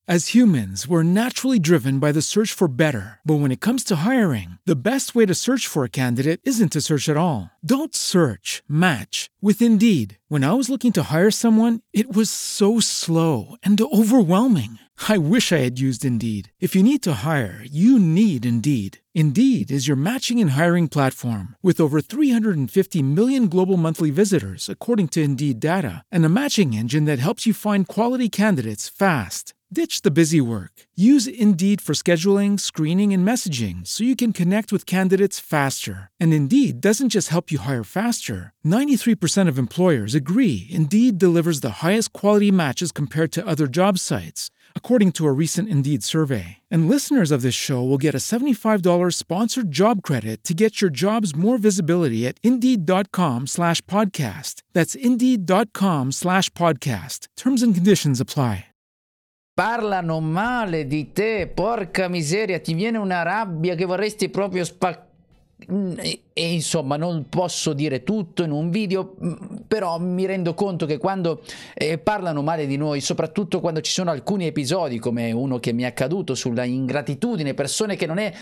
As humans, we're naturally driven by the search for better. But when it comes to hiring, the best way to search for a candidate isn't to search at all. Don't search, match with Indeed. When I was looking to hire someone, it was so slow and overwhelming. I wish I had used Indeed. If you need to hire, you need Indeed. Indeed is your matching and hiring platform with over 350 million global monthly visitors, according to Indeed data, and a matching engine that helps you find quality candidates fast. Ditch the busy work. Use Indeed for scheduling, screening, and messaging so you can connect with candidates faster. And Indeed doesn't just help you hire faster. 93% of employers agree Indeed delivers the highest quality matches compared to other job sites, according to a recent Indeed survey. And listeners of this show will get a $75 sponsored job credit to get your jobs more visibility at Indeed.com/podcast. That's Indeed.com/podcast. Terms and conditions apply. Parlano male di te, porca miseria, ti viene una rabbia che vorresti proprio e insomma non posso dire tutto in un video, però mi rendo conto che quando parlano male di noi, soprattutto quando ci sono alcuni episodi come uno che mi è accaduto sulla ingratitudine, persone che non è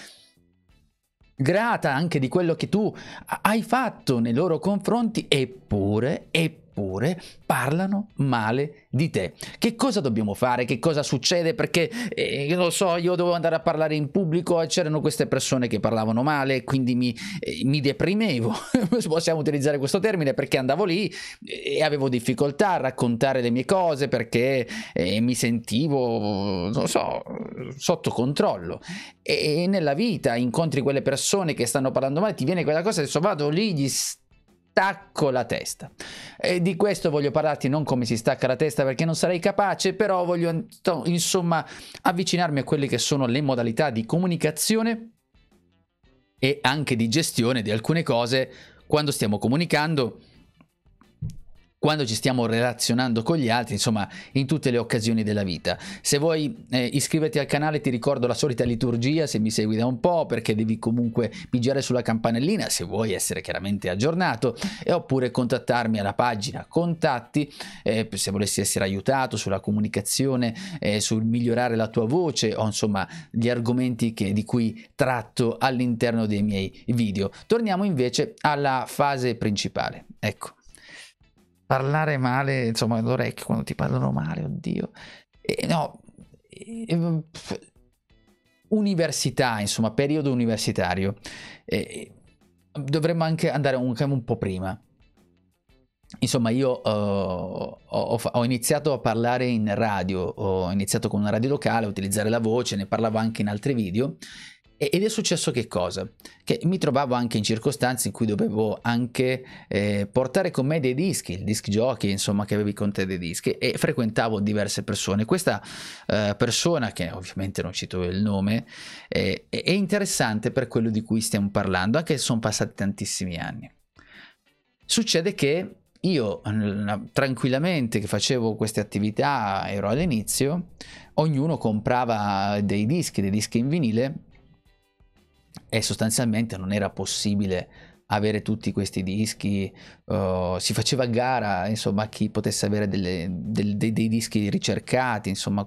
grata anche di quello che tu hai fatto nei loro confronti, eppure parlano male di te. Che cosa dobbiamo fare? Che cosa succede? Perché non lo so, io dovevo andare a parlare in pubblico e c'erano queste persone che parlavano male, quindi mi deprimevo, possiamo utilizzare questo termine, perché andavo lì e avevo difficoltà a raccontare le mie cose perché mi sentivo, non lo so, sotto controllo. E nella vita incontri quelle persone che stanno parlando male, ti viene quella cosa, adesso vado lì, gli stacco la testa. E di questo voglio parlarti, non come si stacca la testa perché non sarei capace, però voglio insomma avvicinarmi a quelle che sono le modalità di comunicazione e anche di gestione di alcune cose quando stiamo comunicando, quando ci stiamo relazionando con gli altri, insomma in tutte le occasioni della vita. Se vuoi iscriverti al canale, ti ricordo la solita liturgia se mi segui da un po', perché devi comunque pigiare sulla campanellina se vuoi essere chiaramente aggiornato, oppure contattarmi alla pagina contatti se volessi essere aiutato sulla comunicazione, sul migliorare la tua voce o insomma gli argomenti di cui tratto all'interno dei miei video. Torniamo invece alla fase principale. Ecco, parlare male, insomma, l'orecchio quando ti parlano male, oddio. Università, insomma, periodo universitario. Dovremmo anche andare un po' prima. Insomma, io ho iniziato a parlare in radio, ho iniziato con una radio locale, a utilizzare la voce, ne parlavo anche in altri video. Ed è successo che cosa? Che mi trovavo anche in circostanze in cui dovevo anche portare con me dei dischi, il disc jockey, insomma, che avevi con te dei dischi, e frequentavo diverse persone. Questa persona, che ovviamente non cito il nome, è interessante per quello di cui stiamo parlando, anche se sono passati tantissimi anni. Succede che io tranquillamente che facevo queste attività, ero all'inizio, ognuno comprava dei dischi in vinile, e sostanzialmente non era possibile avere tutti questi dischi, si faceva gara, insomma, chi potesse avere dei dischi ricercati, insomma,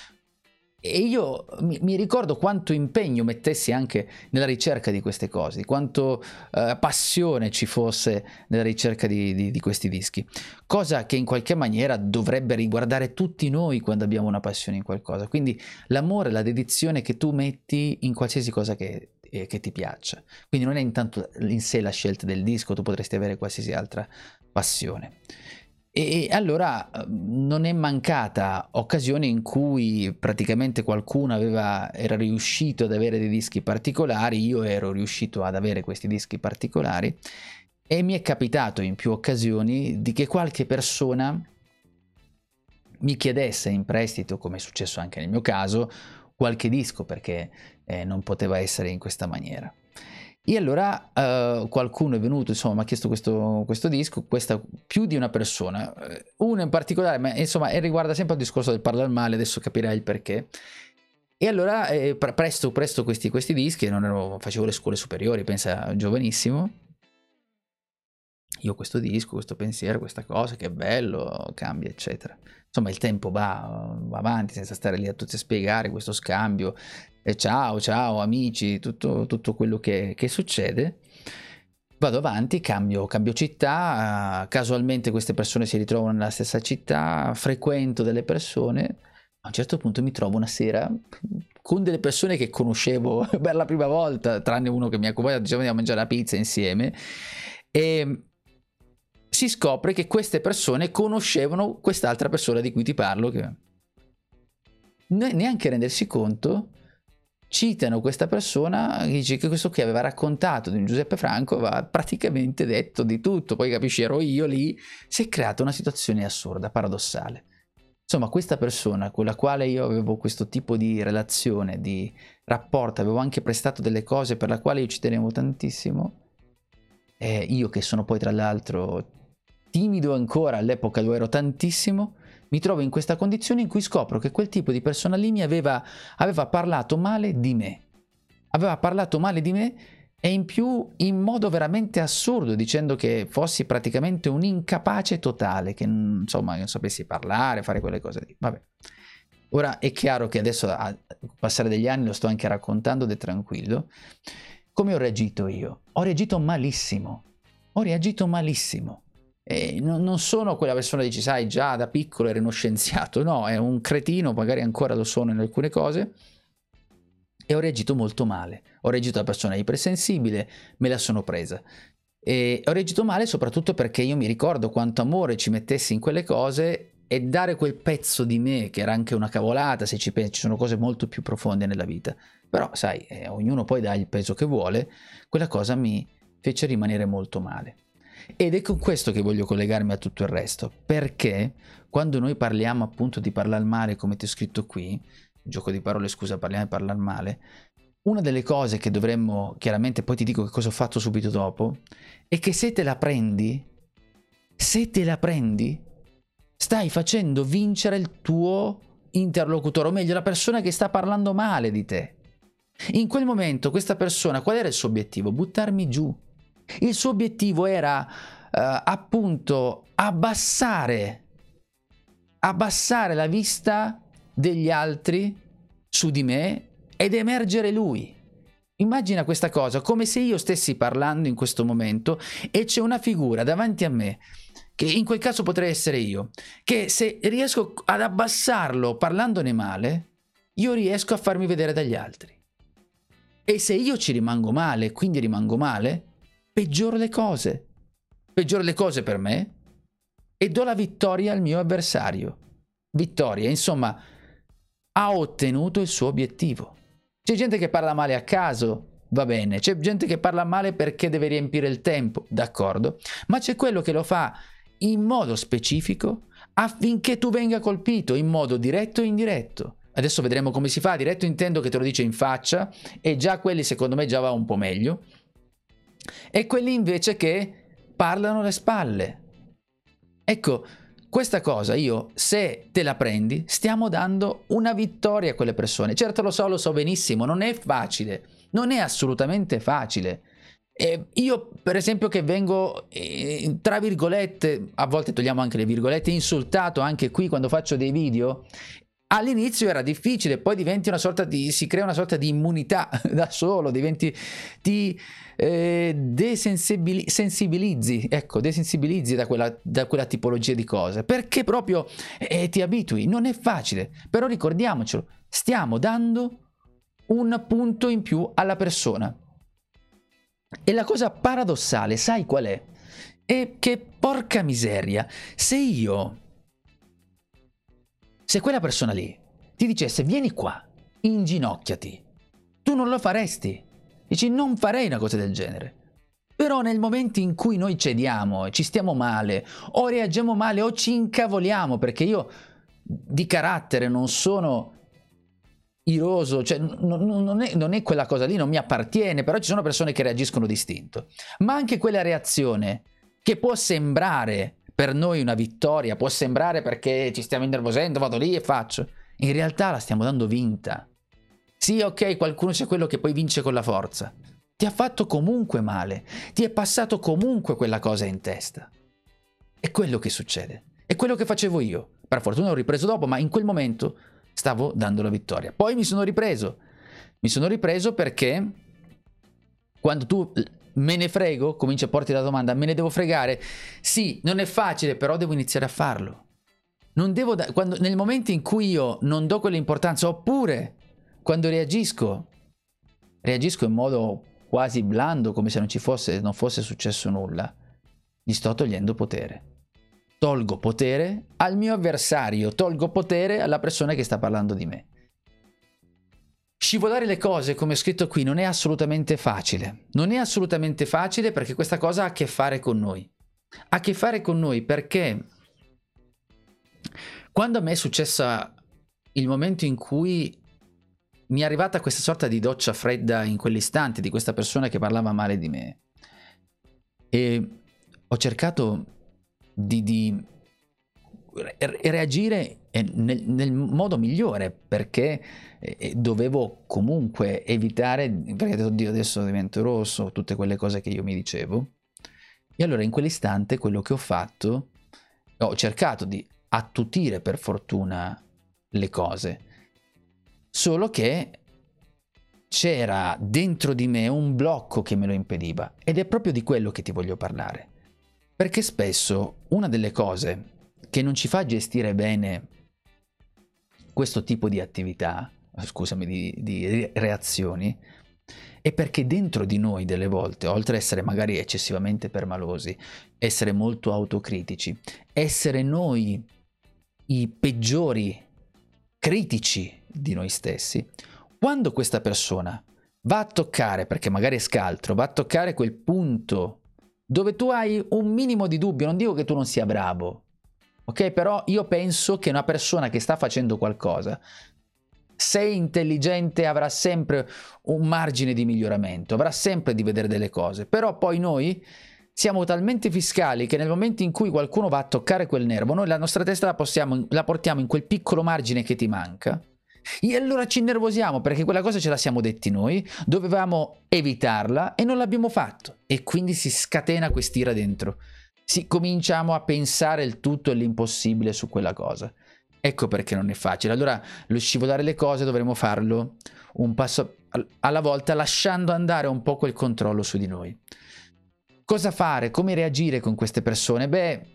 e io mi ricordo quanto impegno mettessi anche nella ricerca di queste cose, quanto passione ci fosse nella ricerca di questi dischi, cosa che in qualche maniera dovrebbe riguardare tutti noi quando abbiamo una passione in qualcosa. Quindi l'amore, la dedizione che tu metti in qualsiasi cosa che ti piaccia. Quindi non è intanto in sé la scelta del disco, tu potresti avere qualsiasi altra passione. E allora non è mancata occasione in cui praticamente qualcuno era riuscito ad avere dei dischi particolari, io ero riuscito ad avere questi dischi particolari, e mi è capitato in più occasioni di che qualche persona mi chiedesse in prestito, come è successo anche nel mio caso, qualche disco, perché non poteva essere in questa maniera. E allora qualcuno è venuto, insomma, mi ha chiesto questo disco, più di una persona, uno in particolare, ma insomma riguarda sempre il discorso del parlare male, adesso capirai il perché. E allora presto questi dischi, facevo le scuole superiori, pensa, giovanissimo, io questo disco, questo pensiero, questa cosa, che bello, cambia, eccetera. insomma il tempo va avanti senza stare lì a tutti a spiegare questo scambio, e ciao amici, tutto quello che succede. Vado avanti, cambio città, casualmente queste persone si ritrovano nella stessa città, frequento delle persone. A un certo punto mi trovo una sera con delle persone che conoscevo per la prima volta, tranne uno che mi ha accompagnato, diciamo, andiamo a mangiare la pizza insieme, e si scopre che queste persone conoscevano quest'altra persona di cui ti parlo, che neanche rendersi conto citano questa persona, dice che questo qui aveva raccontato di un Giuseppe Franco, aveva praticamente detto di tutto, poi capisci, ero io lì, si è creata una situazione assurda, paradossale. Insomma, questa persona con la quale io avevo questo tipo di relazione, di rapporto, avevo anche prestato delle cose per la quale io ci tenevo tantissimo, io che sono poi tra l'altro timido ancora, all'epoca lo ero tantissimo, mi trovo in questa condizione in cui scopro che quel tipo di persona lì mi aveva parlato male di me. Aveva parlato male di me, e in più in modo veramente assurdo, dicendo che fossi praticamente un incapace totale, che insomma non sapessi parlare, fare quelle cose lì. Vabbè. Ora è chiaro che adesso, al passare degli anni, lo sto anche raccontando ed è tranquillo. Come ho reagito io? Ho reagito malissimo. E non sono quella persona che dici, sai, già da piccolo eri uno scienziato. No, è un cretino, magari ancora lo sono in alcune cose, e ho reagito molto male. Ho reagito da persona ipersensibile, me la sono presa, e ho reagito male soprattutto perché io mi ricordo quanto amore ci mettessi in quelle cose, e dare quel pezzo di me, che era anche una cavolata se ci pensi, ci sono cose molto più profonde nella vita, però sai, ognuno poi dà il peso che vuole. Quella cosa mi fece rimanere molto male. Ed è con questo che voglio collegarmi a tutto il resto, perché quando noi parliamo appunto di parlare male, come ti ho scritto qui, gioco di parole, scusa, parliamo di parlare male, una delle cose che dovremmo, chiaramente poi ti dico che cosa ho fatto subito dopo, è che se te la prendi, stai facendo vincere il tuo interlocutore, o meglio la persona che sta parlando male di te. In quel momento questa persona, qual era il suo obiettivo? Buttarmi giù. Il suo obiettivo era appunto abbassare la vista degli altri su di me ed emergere lui. Immagina questa cosa, come se io stessi parlando in questo momento e c'è una figura davanti a me, che in quel caso potrei essere io, che se riesco ad abbassarlo parlandone male, io riesco a farmi vedere dagli altri. E se io ci rimango male, quindi rimango male, peggioro le cose per me, e do la vittoria al mio avversario. Vittoria, insomma, ha ottenuto il suo obiettivo. C'è gente che parla male a caso, va bene, c'è gente che parla male perché deve riempire il tempo, d'accordo, ma c'è quello che lo fa in modo specifico affinché tu venga colpito in modo diretto e indiretto. Adesso vedremo come si fa. Diretto intendo che te lo dice in faccia, e già quelli secondo me già va un po' meglio, e quelli invece che parlano alle spalle. Ecco, questa cosa io, se te la prendi, stiamo dando una vittoria a quelle persone. Certo, lo so benissimo, non è facile, non è assolutamente facile. Io per esempio, che vengo tra virgolette, a volte togliamo anche le virgolette, insultato anche qui quando faccio dei video, all'inizio era difficile, poi diventi si crea una sorta di immunità da solo, ti desensibilizzi da quella tipologia di cose, perché proprio ti abitui. Non è facile, però ricordiamocelo, stiamo dando un punto in più alla persona. E la cosa paradossale, sai qual è? È che, porca miseria, se quella persona lì ti dicesse vieni qua, inginocchiati, tu non lo faresti. Dici, non farei una cosa del genere. Però nel momento in cui noi cediamo e ci stiamo male, o reagiamo male, o ci incavoliamo, perché io di carattere non sono iroso, cioè non è quella cosa lì, non mi appartiene, però ci sono persone che reagiscono distinto. Ma anche quella reazione che può sembrare per noi una vittoria, può sembrare perché ci stiamo innervosendo, vado lì e faccio, in realtà la stiamo dando vinta. Sì, ok, qualcuno c'è quello che poi vince con la forza. Ti ha fatto comunque male, ti è passato comunque quella cosa in testa. È quello che succede, è quello che facevo io. per fortuna ho ripreso dopo, ma in quel momento stavo dando la vittoria. Poi mi sono ripreso perché quando tu me ne frego, cominci a porti la domanda, me ne devo fregare? Sì, non è facile, però devo iniziare a farlo. Non devo nel momento in cui io non do quell'importanza, oppure quando reagisco in modo quasi blando, come se non fosse successo nulla, gli sto togliendo potere. Tolgo potere al mio avversario, tolgo potere alla persona che sta parlando di me. Scivolare le cose, come ho scritto qui, non è assolutamente facile. Non è assolutamente facile perché questa cosa ha a che fare con noi. Ha a che fare con noi perché quando a me è successo il momento in cui mi è arrivata questa sorta di doccia fredda in quell'istante di questa persona che parlava male di me, e ho cercato di reagire nel modo migliore, perché dovevo comunque evitare, perché oddio adesso divento rosso, tutte quelle cose che io mi dicevo. E allora in quell'istante quello che ho fatto, ho cercato di attutire per fortuna le cose, solo che c'era dentro di me un blocco che me lo impediva, ed è proprio di quello che ti voglio parlare, perché spesso una delle cose che non ci fa gestire bene questo tipo di attività, scusami, di reazioni, è perché dentro di noi delle volte, oltre a essere magari eccessivamente permalosi, essere molto autocritici, essere noi i peggiori critici di noi stessi, quando questa persona va a toccare, perché magari è scaltro, va a toccare quel punto dove tu hai un minimo di dubbio, non dico che tu non sia bravo, ok? Però io penso che una persona che sta facendo qualcosa, se è intelligente, avrà sempre un margine di miglioramento, avrà sempre di vedere delle cose, però poi noi siamo talmente fiscali che nel momento in cui qualcuno va a toccare quel nervo, noi la nostra testa la portiamo in quel piccolo margine che ti manca, e allora ci innervosiamo perché quella cosa ce la siamo detti noi, dovevamo evitarla e non l'abbiamo fatto, e quindi si scatena quest'ira dentro, cominciamo a pensare il tutto e l'impossibile su quella cosa. Ecco perché non è facile. Allora lo scivolare le cose dovremo farlo un passo alla volta, lasciando andare un po' quel controllo su di noi. Cosa fare? Come reagire con queste persone? Beh,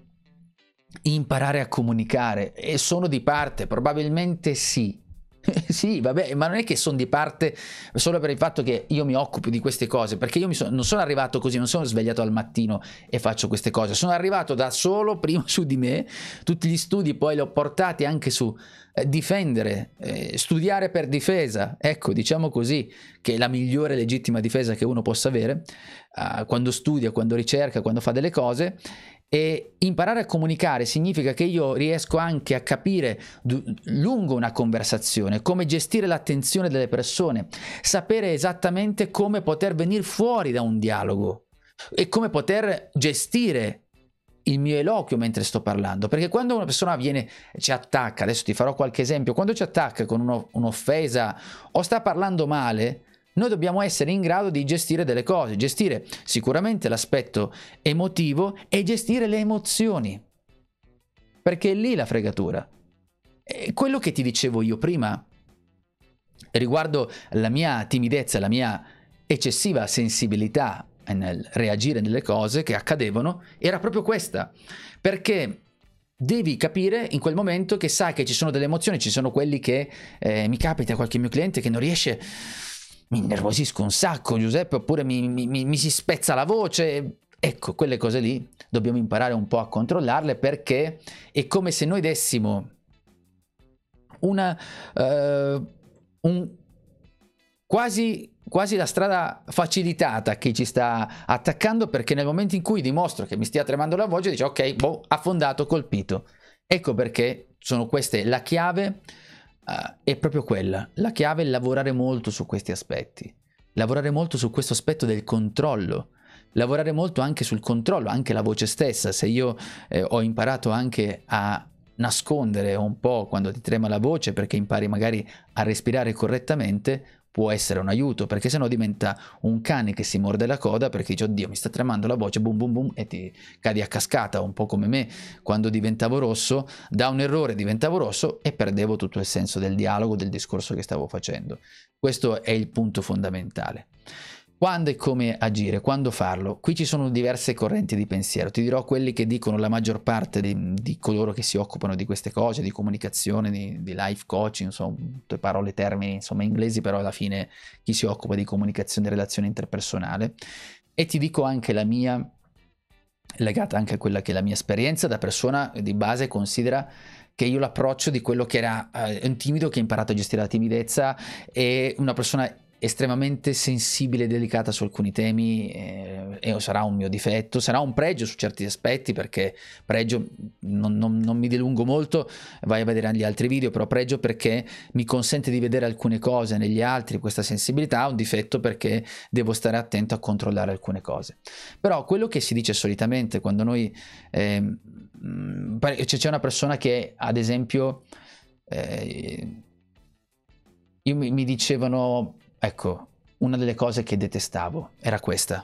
imparare a comunicare. E sono di parte? Probabilmente sì. Sì, vabbè, ma non è che sono di parte solo per il fatto che io mi occupo di queste cose, perché io non sono arrivato così, non sono svegliato al mattino e faccio queste cose, sono arrivato da solo prima su di me, tutti gli studi poi li ho portati anche su difendere, studiare per difesa, ecco, diciamo così, che è la migliore legittima difesa che uno possa avere, quando studia, quando ricerca, quando fa delle cose. E imparare a comunicare significa che io riesco anche a capire lungo una conversazione come gestire l'attenzione delle persone, sapere esattamente come poter venire fuori da un dialogo e come poter gestire il mio eloquio mentre sto parlando, perché quando una persona ci attacca, adesso ti farò qualche esempio, quando ci attacca con un'offesa o sta parlando male, noi dobbiamo essere in grado di gestire delle cose, gestire sicuramente l'aspetto emotivo e gestire le emozioni, perché è lì la fregatura. E quello che ti dicevo io prima riguardo la mia timidezza, la mia eccessiva sensibilità nel reagire nelle cose che accadevano, era proprio questa, perché devi capire in quel momento che sai che ci sono delle emozioni, ci sono quelli che mi capita qualche mio cliente che non riesce, mi innervosisco un sacco, Giuseppe, oppure mi si spezza la voce. Ecco, quelle cose lì dobbiamo imparare un po' a controllarle, perché è come se noi dessimo quasi la strada facilitata a chi ci sta attaccando, perché nel momento in cui dimostro che mi stia tremando la voce, dice ok, affondato, colpito. Ecco perché sono queste la chiave. È proprio quella, la chiave è lavorare molto su questi aspetti, lavorare molto su questo aspetto del controllo, lavorare molto anche sul controllo, anche la voce stessa. Se io ho imparato anche a nascondere un po' quando ti trema la voce, perché impari magari a respirare correttamente, può essere un aiuto, perché sennò diventa un cane che si morde la coda perché dice oddio mi sta tremando la voce, boom boom boom, e ti cadi a cascata, un po' come me quando diventavo rosso, da un errore diventavo rosso e perdevo tutto il senso del dialogo, del discorso che stavo facendo. Questo è il punto fondamentale. Quando e come agire, quando farlo? Qui ci sono diverse correnti di pensiero. Ti dirò quelli che dicono la maggior parte di coloro che si occupano di queste cose, di comunicazione, di life coaching, insomma, tutte parole, termini, insomma, inglesi, però alla fine chi si occupa di comunicazione e relazione interpersonale. E ti dico anche la mia, legata anche a quella che è la mia esperienza da persona di base, considera che io l'approccio di quello che era un timido che ha imparato a gestire la timidezza e una persona estremamente sensibile e delicata su alcuni temi, e sarà un mio difetto, sarà un pregio su certi aspetti, perché pregio, non mi dilungo molto, vai a vedere gli altri video, però pregio perché mi consente di vedere alcune cose negli altri, questa sensibilità, un difetto perché devo stare attento a controllare alcune cose. Però quello che si dice solitamente quando noi c'è una persona che ad esempio mi dicevano, ecco, una delle cose che detestavo era questa.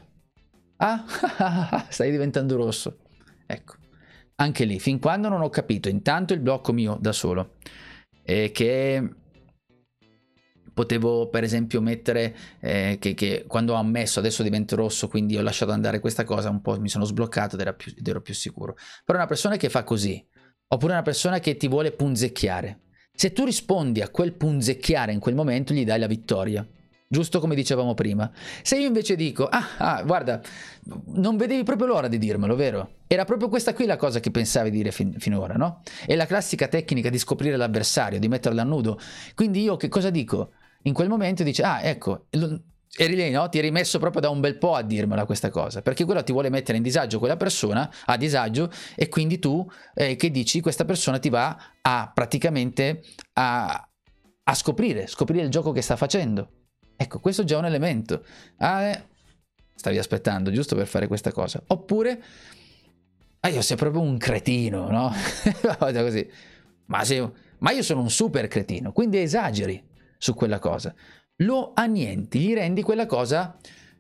Stai diventando rosso. Ecco, anche lì, fin quando non ho capito intanto il blocco mio da solo, che potevo per esempio mettere che quando ho ammesso adesso divento rosso, quindi ho lasciato andare questa cosa, un po' mi sono sbloccato ed ero più sicuro. Però una persona che fa così, oppure una persona che ti vuole punzecchiare, se tu rispondi a quel punzecchiare in quel momento gli dai la vittoria, giusto come dicevamo prima. Se io invece dico guarda, non vedevi proprio l'ora di dirmelo, vero? Era proprio questa qui la cosa che pensavi di dire finora, no? È la classica tecnica di scoprire l'avversario, di metterlo a nudo. Quindi io che cosa dico? In quel momento dice ecco, eri lì, no? Ti eri messo proprio da un bel po' a dirmela questa cosa, perché quello ti vuole mettere in disagio, quella persona a disagio, e quindi tu che dici, questa persona ti va a praticamente a scoprire il gioco che sta facendo. Ecco, questo è già un elemento. Stavi aspettando giusto per fare questa cosa. Oppure io sei proprio un cretino, no? Così. Ma io sono un super cretino, quindi esageri su quella cosa, lo annienti, gli rendi quella cosa,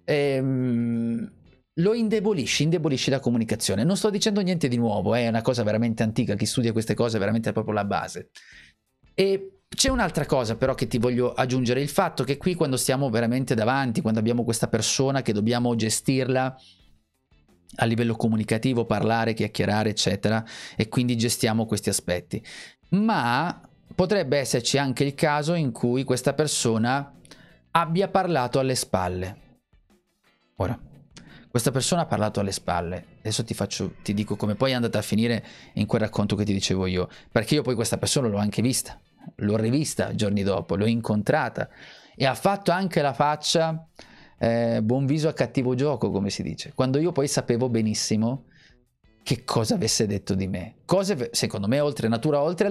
lo indebolisci la comunicazione. Non sto dicendo niente di nuovo, è una cosa veramente antica, chi studia queste cose è veramente proprio la base. E c'è un'altra cosa però che ti voglio aggiungere, il fatto che qui quando stiamo veramente davanti, quando abbiamo questa persona che dobbiamo gestirla a livello comunicativo, parlare, chiacchierare eccetera, e quindi gestiamo questi aspetti, ma potrebbe esserci anche il caso in cui questa persona abbia parlato alle spalle. Ora, questa persona ha parlato alle spalle, adesso ti dico come poi è andata a finire in quel racconto che ti dicevo io, perché io poi questa persona l'ho anche vista, l'ho rivista giorni dopo, l'ho incontrata e ha fatto anche la faccia buon viso a cattivo gioco, come si dice, quando io poi sapevo benissimo che cosa avesse detto di me, cose secondo me oltre natura, oltre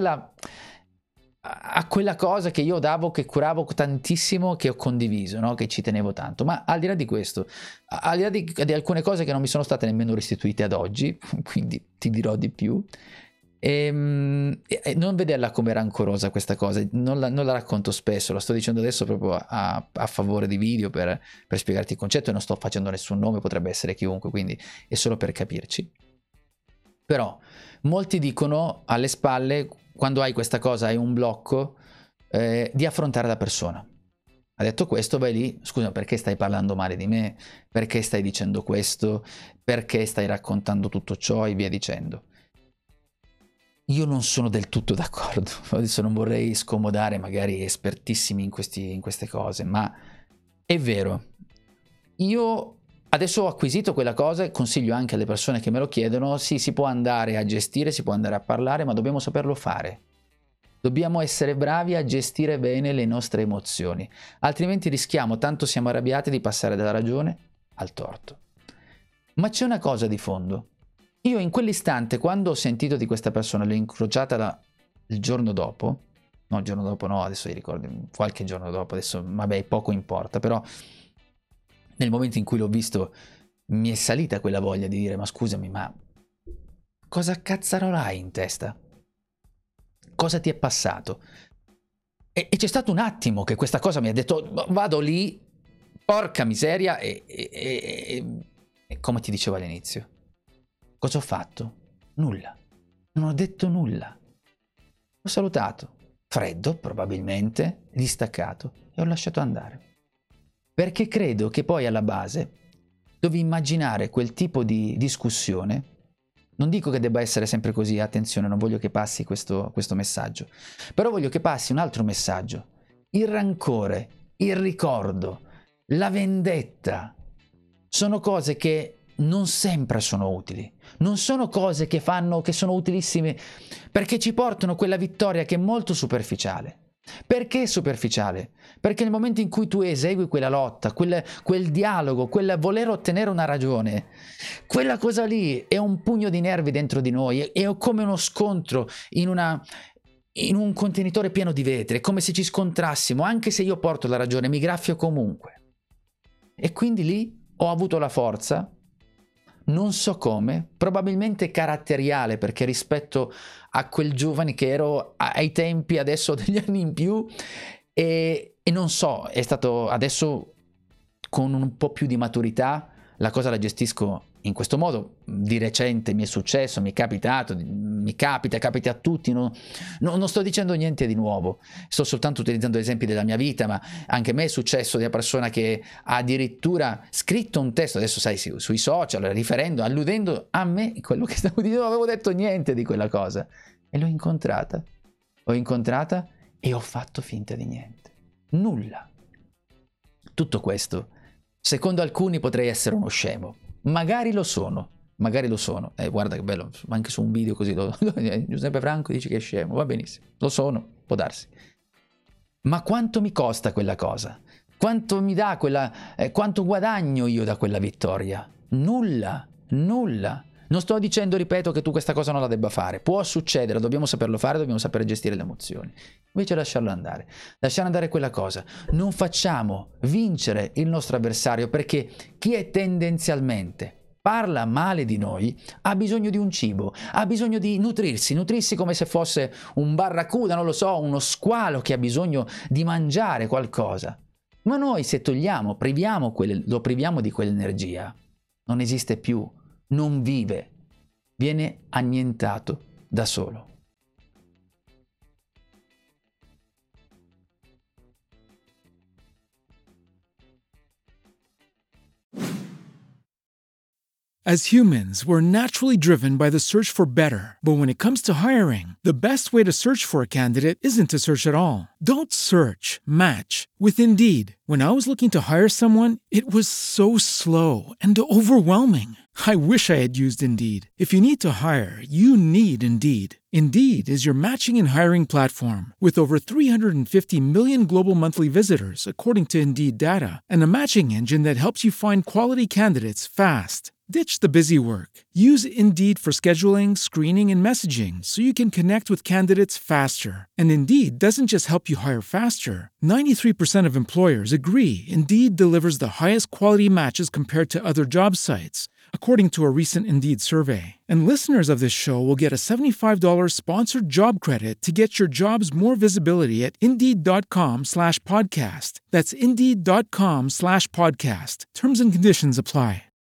a quella cosa che io davo, che curavo tantissimo, che ho condiviso, no? Che ci tenevo tanto. Ma al di là di questo, al di là di alcune cose che non mi sono state nemmeno restituite ad oggi, quindi ti dirò di più, e non vederla come rancorosa questa cosa, non la racconto spesso, la sto dicendo adesso proprio a favore di video per spiegarti il concetto, e non sto facendo nessun nome, potrebbe essere chiunque, quindi è solo per capirci. Però molti dicono alle spalle, quando hai questa cosa, hai un blocco, di affrontare la persona. Ha detto questo, vai lì, scusa, perché stai parlando male di me? Perché stai dicendo questo? Perché stai raccontando tutto ciò e via dicendo? Io non sono del tutto d'accordo, adesso non vorrei scomodare magari espertissimi in queste cose, ma è vero. Io adesso ho acquisito quella cosa e consiglio anche alle persone che me lo chiedono, sì, si può andare a gestire, si può andare a parlare, ma dobbiamo saperlo fare. Dobbiamo essere bravi a gestire bene le nostre emozioni, altrimenti rischiamo, tanto siamo arrabbiati, di passare dalla ragione al torto. Ma c'è una cosa di fondo. Io in quell'istante, quando ho sentito di questa persona, l'ho incrociata il giorno dopo, no, il giorno dopo no, adesso mi ricordo, qualche giorno dopo, adesso vabbè, poco importa, però nel momento in cui l'ho visto mi è salita quella voglia di dire, ma scusami, ma cosa cazzarola hai in testa? Cosa ti è passato? E c'è stato un attimo che questa cosa mi ha detto, vado lì, porca miseria, e come ti dicevo all'inizio, cosa ho fatto? Nulla. Non ho detto nulla. Ho salutato, freddo probabilmente, distaccato, e ho lasciato andare. Perché credo che poi alla base devi immaginare quel tipo di discussione. Non dico che debba essere sempre così, attenzione, non voglio che passi questo messaggio, però voglio che passi un altro messaggio. Il rancore, il ricordo, la vendetta sono cose che non sempre sono utili, non sono cose che sono utilissime, perché ci portano quella vittoria che è molto superficiale. Perché superficiale? Perché nel momento in cui tu esegui quella lotta, quel dialogo, quel voler ottenere una ragione, quella cosa lì è un pugno di nervi dentro di noi, è come uno scontro in un contenitore pieno di vetri, è come se ci scontrassimo, anche se io porto la ragione, mi graffio comunque. E quindi lì ho avuto la forza, non so come, probabilmente caratteriale, perché rispetto a quel giovane che ero ai tempi, adesso ho degli anni in più, e non so, è stato adesso con un po' più di maturità, la cosa la gestisco in questo modo. Di recente mi è successo, mi è capitato, capita a tutti, non sto dicendo niente di nuovo, sto soltanto utilizzando esempi della mia vita, ma anche a me è successo di una persona che ha addirittura scritto un testo, adesso sai, sui social, riferendo, alludendo a me, quello che stavo dicendo, non avevo detto niente di quella cosa, e l'ho incontrata e ho fatto finta di niente, nulla. Tutto questo, secondo alcuni potrei essere uno scemo, magari lo sono, guarda che bello, anche su un video così, Giuseppe Franco dice che è scemo, va benissimo, lo sono, può darsi. Ma quanto mi costa quella cosa? Quanto mi dà quanto guadagno io da quella vittoria? Nulla. Non sto dicendo, ripeto, che tu questa cosa non la debba fare, può succedere, dobbiamo saperlo fare, dobbiamo sapere gestire le emozioni. Invece lasciare andare quella cosa. Non facciamo vincere il nostro avversario, perché chi è tendenzialmente parla male di noi ha bisogno di un cibo, ha bisogno di nutrirsi come se fosse un barracuda, non lo so, uno squalo che ha bisogno di mangiare qualcosa. Ma noi se lo priviamo di quell'energia, non esiste più, non vive, viene annientato da solo. As humans, we're naturally driven by the search for better. But when it comes to hiring, the best way to search for a candidate isn't to search at all. Don't search, match with Indeed. When I was looking to hire someone, it was so slow and overwhelming. I wish I had used Indeed. If you need to hire, you need Indeed. Indeed is your matching and hiring platform with over 350 million global monthly visitors, according to Indeed data, and a matching engine that helps you find quality candidates fast. Ditch the busy work. Use Indeed for scheduling, screening, and messaging so you can connect with candidates faster. And Indeed doesn't just help you hire faster. 93% of employers agree Indeed delivers the highest quality matches compared to other job sites, according to a recent Indeed survey. And listeners of this show will get a $75 sponsored job credit to get your jobs more visibility at Indeed.com/podcast. That's Indeed.com/podcast. Terms and conditions apply.